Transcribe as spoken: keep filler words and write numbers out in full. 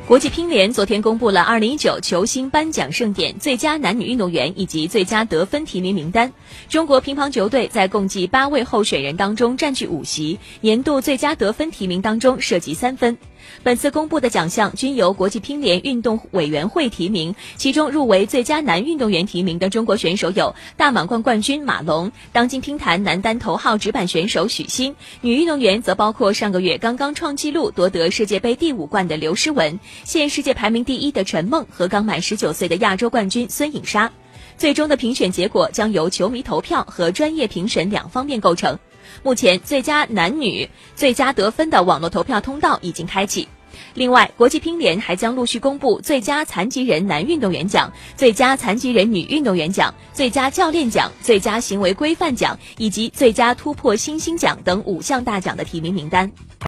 国际乒联昨天公布了二零一九球星颁奖盛典最佳男女运动员以及最佳得分提名名单。中国乒乓球队在共计八位候选人当中占据五席，年度最佳得分提名当中涉及三分。本次公布的奖项均由国际乒联运动委员会提名，其中入围最佳男运动员提名的中国选手有大满贯冠军马龙、当今乒坛男单头号直板选手许昕，女运动员则包括上个月刚刚创纪录夺得世界杯第五冠的刘诗雯，现世界排名第一的陈梦和刚满十九岁的亚洲冠军孙颖莎。最终的评选结果将由球迷投票和专业评审两方面构成。目前最佳男女、最佳得分的网络投票通道已经开启。另外，国际乒联还将陆续公布最佳残疾人男运动员奖、最佳残疾人女运动员奖、最佳教练奖、最佳行为规范奖以及最佳突破新星奖等五项大奖的提名名单。